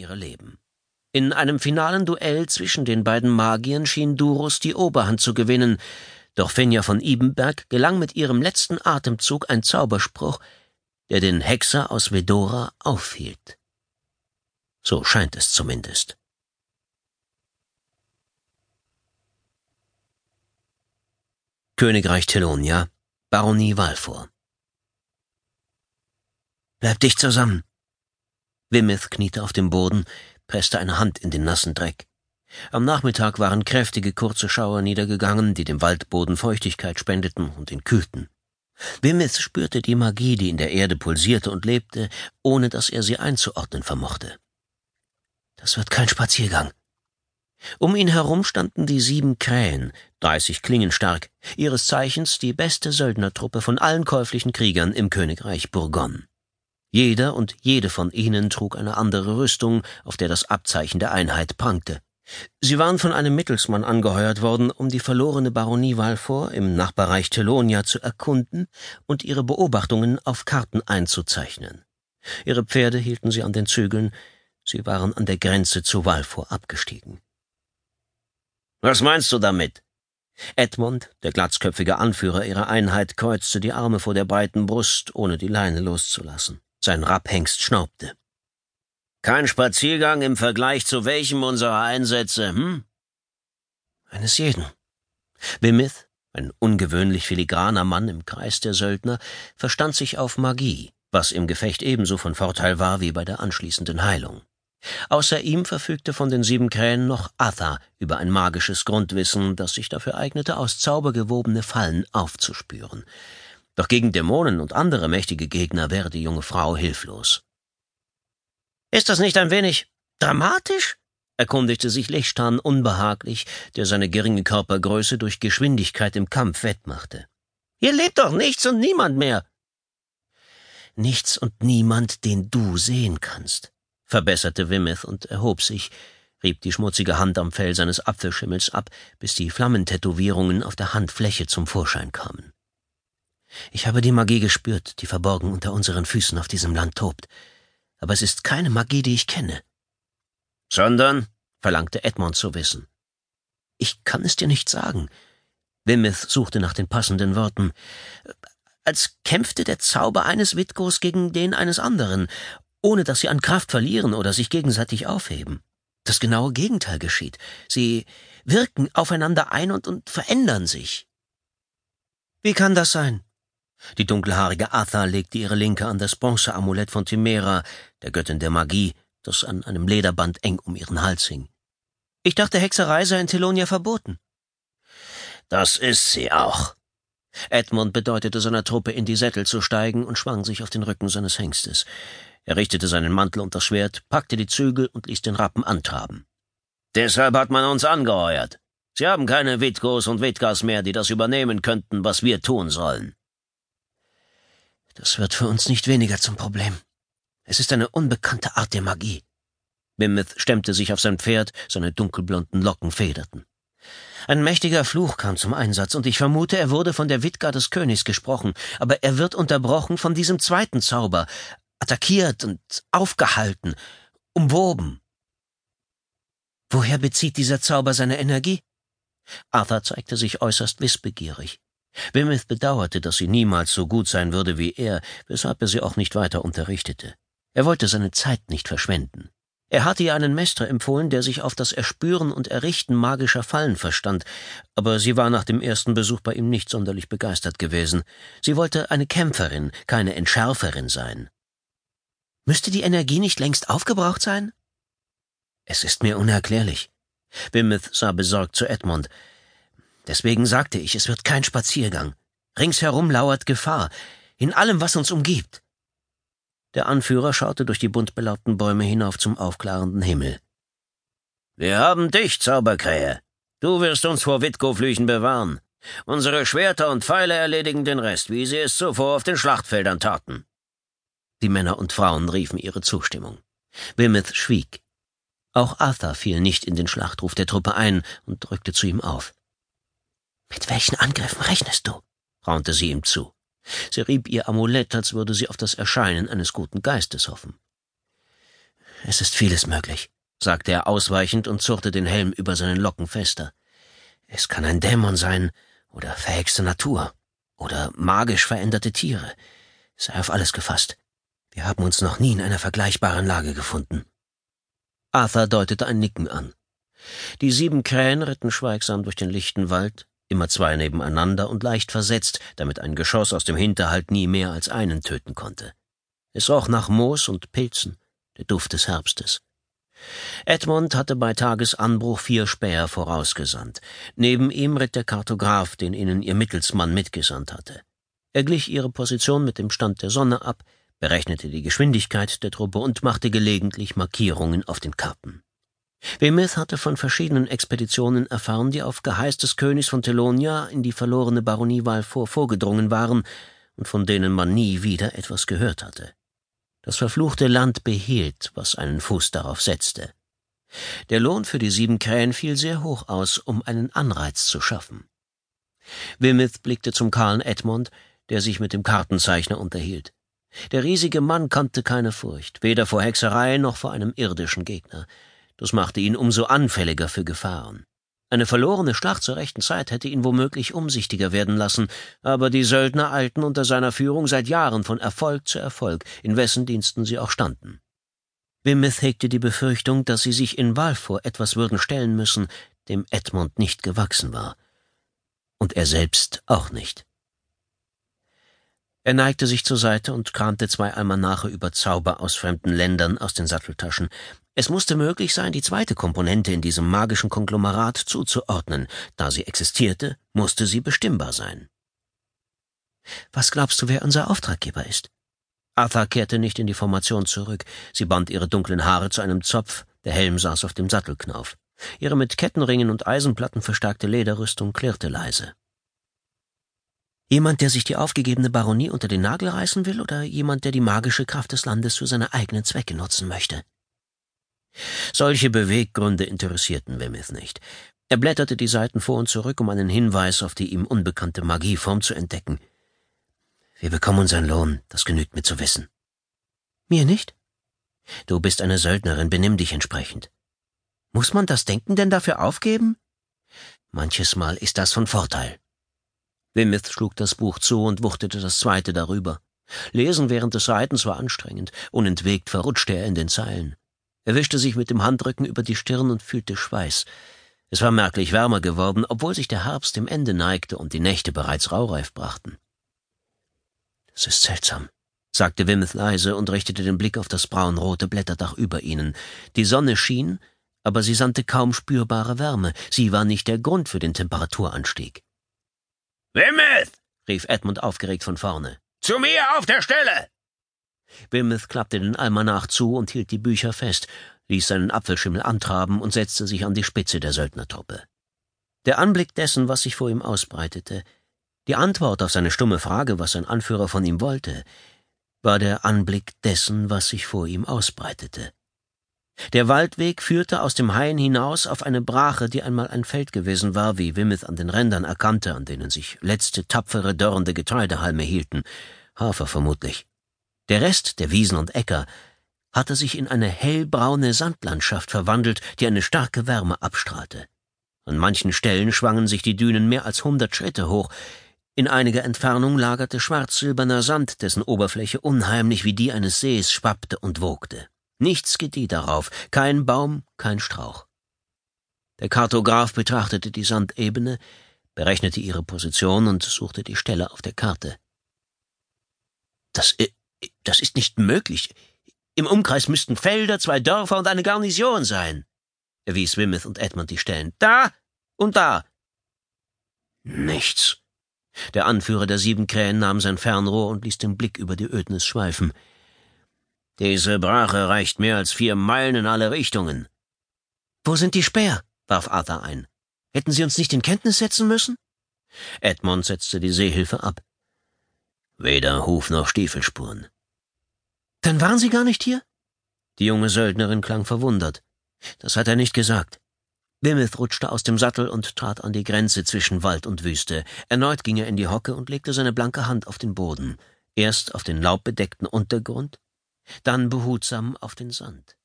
ihre Leben. In einem finalen Duell zwischen den beiden Magiern schien Durus die Oberhand zu gewinnen, doch Fenja von Ibenberg gelang mit ihrem letzten Atemzug ein Zauberspruch, der den Hexer aus Vedora aufhielt. So scheint es zumindest. Königreich Telonia, Baronie Valfor. »Bleib dicht zusammen!« Wimith kniete auf dem Boden, presste eine Hand in den nassen Dreck. Am Nachmittag waren kräftige kurze Schauer niedergegangen, die dem Waldboden Feuchtigkeit spendeten und ihn kühlten. Wimith spürte die Magie, die in der Erde pulsierte und lebte, ohne dass er sie einzuordnen vermochte. Das wird kein Spaziergang. Um ihn herum standen die 7 Krähen, 30 Klingen stark, ihres Zeichens die beste Söldnertruppe von allen käuflichen Kriegern im Königreich Burgonn. Jeder und jede von ihnen trug eine andere Rüstung, auf der das Abzeichen der Einheit prangte. Sie waren von einem Mittelsmann angeheuert worden, um die verlorene Baronie Valfor im Nachbarreich Telonia zu erkunden und ihre Beobachtungen auf Karten einzuzeichnen. Ihre Pferde hielten sie an den Zügeln, sie waren an der Grenze zu Valfor abgestiegen. »Was meinst du damit?« Edmund, der glatzköpfige Anführer ihrer Einheit, kreuzte die Arme vor der breiten Brust, ohne die Leine loszulassen. Sein Rapphengst schnaubte. »Kein Spaziergang im Vergleich zu welchem unserer Einsätze, Eines jeden.« Wimith, ein ungewöhnlich filigraner Mann im Kreis der Söldner, verstand sich auf Magie, was im Gefecht ebenso von Vorteil war wie bei der anschließenden Heilung. Außer ihm verfügte von den 7 Krähen noch Atha über ein magisches Grundwissen, das sich dafür eignete, aus Zauber gewobene Fallen aufzuspüren. Doch gegen Dämonen und andere mächtige Gegner wäre die junge Frau hilflos. »Ist das nicht ein wenig dramatisch?« erkundigte sich Lechtan unbehaglich, der seine geringe Körpergröße durch Geschwindigkeit im Kampf wettmachte. »Hier lebt doch nichts und niemand mehr.« »Nichts und niemand, den du sehen kannst«, verbesserte Wimith und erhob sich, rieb die schmutzige Hand am Fell seines Apfelschimmels ab, bis die Flammentätowierungen auf der Handfläche zum Vorschein kamen. »Ich habe die Magie gespürt, die verborgen unter unseren Füßen auf diesem Land tobt. Aber es ist keine Magie, die ich kenne.« »Sondern?« verlangte Edmund zu wissen. »Ich kann es dir nicht sagen.« Wimith suchte nach den passenden Worten. »Als kämpfte der Zauber eines Witgos gegen den eines anderen, ohne dass sie an Kraft verlieren oder sich gegenseitig aufheben. Das genaue Gegenteil geschieht. Sie wirken aufeinander ein und verändern sich.« »Wie kann das sein?« Die dunkelhaarige Atha legte ihre Linke an das Bronzeamulett von Timera, der Göttin der Magie, das an einem Lederband eng um ihren Hals hing. »Ich dachte, Hexerei sei in Telonia verboten.« »Das ist sie auch.« Edmund bedeutete seiner Truppe, in die Sättel zu steigen, und schwang sich auf den Rücken seines Hengstes. Er richtete seinen Mantel und das Schwert, packte die Zügel und ließ den Rappen antraben. »Deshalb hat man uns angeheuert. Sie haben keine Witgos und Witgas mehr, die das übernehmen könnten, was wir tun sollen.« »Das wird für uns nicht weniger zum Problem. Es ist eine unbekannte Art der Magie.« Wimith stemmte sich auf sein Pferd, seine dunkelblonden Locken federten. »Ein mächtiger Fluch kam zum Einsatz, und ich vermute, er wurde von der Witga des Königs gesprochen, aber er wird unterbrochen von diesem zweiten Zauber, attackiert und aufgehalten, umwoben.« »Woher bezieht dieser Zauber seine Energie?« Arthur zeigte sich äußerst wissbegierig. Wimith bedauerte, dass sie niemals so gut sein würde wie er, weshalb er sie auch nicht weiter unterrichtete. Er wollte seine Zeit nicht verschwenden. Er hatte ihr einen Mestre empfohlen, der sich auf das Erspüren und Errichten magischer Fallen verstand, aber sie war nach dem ersten Besuch bei ihm nicht sonderlich begeistert gewesen. Sie wollte eine Kämpferin, keine Entschärferin sein. »Müsste die Energie nicht längst aufgebraucht sein?« »Es ist mir unerklärlich.« Wimith sah besorgt zu Edmund. »Deswegen sagte ich, es wird kein Spaziergang. Ringsherum lauert Gefahr, in allem, was uns umgibt.« Der Anführer schaute durch die bunt belaubten Bäume hinauf zum aufklarenden Himmel. »Wir haben dich, Zauberkrähe. Du wirst uns vor Witgo-Flüchen bewahren. Unsere Schwerter und Pfeile erledigen den Rest, wie sie es zuvor auf den Schlachtfeldern taten.« Die Männer und Frauen riefen ihre Zustimmung. Wimith schwieg. Auch Arthur fiel nicht in den Schlachtruf der Truppe ein und drückte zu ihm auf. »Mit welchen Angriffen rechnest du?« raunte sie ihm zu. Sie rieb ihr Amulett, als würde sie auf das Erscheinen eines guten Geistes hoffen. Es ist vieles möglich, sagte er ausweichend und zurrte den Helm über seinen Locken fester. Es kann ein Dämon sein oder verhexte Natur oder magisch veränderte Tiere. Sei auf alles gefasst. Wir haben uns noch nie in einer vergleichbaren Lage gefunden. Arthur deutete ein Nicken an. Die 7 Krähen ritten schweigsam durch den lichten Wald, immer 2 nebeneinander und leicht versetzt, damit ein Geschoss aus dem Hinterhalt nie mehr als einen töten konnte. Es roch nach Moos und Pilzen, der Duft des Herbstes. Edmund hatte bei Tagesanbruch 4 Späher vorausgesandt. Neben ihm ritt der Kartograf, den ihnen ihr Mittelsmann mitgesandt hatte. Er glich ihre Position mit dem Stand der Sonne ab, berechnete die Geschwindigkeit der Truppe und machte gelegentlich Markierungen auf den Karten. Weymouth hatte von verschiedenen Expeditionen erfahren, die auf Geheiß des Königs von Telonia in die verlorene Baronie Valfor vorgedrungen waren und von denen man nie wieder etwas gehört hatte. Das verfluchte Land behielt, was einen Fuß darauf setzte. Der Lohn für die 7 Krähen fiel sehr hoch aus, um einen Anreiz zu schaffen. Weymouth blickte zum kahlen Edmund, der sich mit dem Kartenzeichner unterhielt. Der riesige Mann kannte keine Furcht, weder vor Hexerei noch vor einem irdischen Gegner. Das machte ihn umso anfälliger für Gefahren. Eine verlorene Schlacht zur rechten Zeit hätte ihn womöglich umsichtiger werden lassen, aber die Söldner eilten unter seiner Führung seit Jahren von Erfolg zu Erfolg, in wessen Diensten sie auch standen. Weymouth hegte die Befürchtung, dass sie sich in Valfor etwas würden stellen müssen, dem Edmund nicht gewachsen war. Und er selbst auch nicht. Er neigte sich zur Seite und kramte 2 Almanache über Zauber aus fremden Ländern aus den Satteltaschen. Es musste möglich sein, die zweite Komponente in diesem magischen Konglomerat zuzuordnen. Da sie existierte, musste sie bestimmbar sein. »Was glaubst du, wer unser Auftraggeber ist?« Arthur kehrte nicht in die Formation zurück. Sie band ihre dunklen Haare zu einem Zopf, der Helm saß auf dem Sattelknauf. Ihre mit Kettenringen und Eisenplatten verstärkte Lederrüstung klirrte leise. »Jemand, der sich die aufgegebene Baronie unter den Nagel reißen will, oder jemand, der die magische Kraft des Landes für seine eigenen Zwecke nutzen möchte?« Solche Beweggründe interessierten Weymouth nicht. Er blätterte die Seiten vor und zurück, um einen Hinweis auf die ihm unbekannte Magieform zu entdecken. »Wir bekommen unseren Lohn, das genügt mir zu wissen.« »Mir nicht?« »Du bist eine Söldnerin, benimm dich entsprechend.« »Muss man das Denken denn dafür aufgeben?« »Manches Mal ist das von Vorteil.« Weymouth schlug das Buch zu und wuchtete das zweite darüber. Lesen während des Reitens war anstrengend. Unentwegt verrutschte er in den Zeilen. Er wischte sich mit dem Handrücken über die Stirn und fühlte Schweiß. Es war merklich wärmer geworden, obwohl sich der Herbst dem Ende neigte und die Nächte bereits raureif brachten. »Das ist seltsam«, sagte Weymouth leise und richtete den Blick auf das braunrote Blätterdach über ihnen. Die Sonne schien, aber sie sandte kaum spürbare Wärme. Sie war nicht der Grund für den Temperaturanstieg. »Weymouth«, rief Edmund aufgeregt von vorne. »Zu mir auf der Stelle!« Weymouth klappte den Almanach zu und hielt die Bücher fest, ließ seinen Apfelschimmel antraben und setzte sich an die Spitze der Söldnertruppe. Der Anblick dessen, was sich vor ihm ausbreitete, die Antwort auf seine stumme Frage, was sein Anführer von ihm wollte, war der Anblick dessen, was sich vor ihm ausbreitete. Der Waldweg führte aus dem Hain hinaus auf eine Brache, die einmal ein Feld gewesen war, wie Weymouth an den Rändern erkannte, an denen sich letzte tapfere, dörrende Getreidehalme hielten, Hafer vermutlich. Der Rest der Wiesen und Äcker hatte sich in eine hellbraune Sandlandschaft verwandelt, die eine starke Wärme abstrahlte. An manchen Stellen schwangen sich die Dünen mehr als 100 Schritte hoch. In einiger Entfernung lagerte schwarz-silberner Sand, dessen Oberfläche unheimlich wie die eines Sees schwappte und wogte. Nichts gedieh darauf, kein Baum, kein Strauch. Der Kartograf betrachtete die Sandebene, berechnete ihre Position und suchte die Stelle auf der Karte. Das ist nicht möglich. Im Umkreis müssten Felder, 2 Dörfer und eine Garnison sein. Er wies Weymouth und Edmund die Stellen. Da und da. Nichts. Der Anführer der 7 Krähen nahm sein Fernrohr und ließ den Blick über die Ödnis schweifen. Diese Brache reicht mehr als 4 Meilen in alle Richtungen. »Wo sind die Späher?« warf Arthur ein. »Hätten Sie uns nicht in Kenntnis setzen müssen?« Edmund setzte die Seehilfe ab. »Weder Huf noch Stiefelspuren.« »Dann waren Sie gar nicht hier?« Die junge Söldnerin klang verwundert. Das hat er nicht gesagt. Weymouth rutschte aus dem Sattel und trat an die Grenze zwischen Wald und Wüste. Erneut ging er in die Hocke und legte seine blanke Hand auf den Boden. Erst auf den laubbedeckten Untergrund, dann behutsam auf den Sand.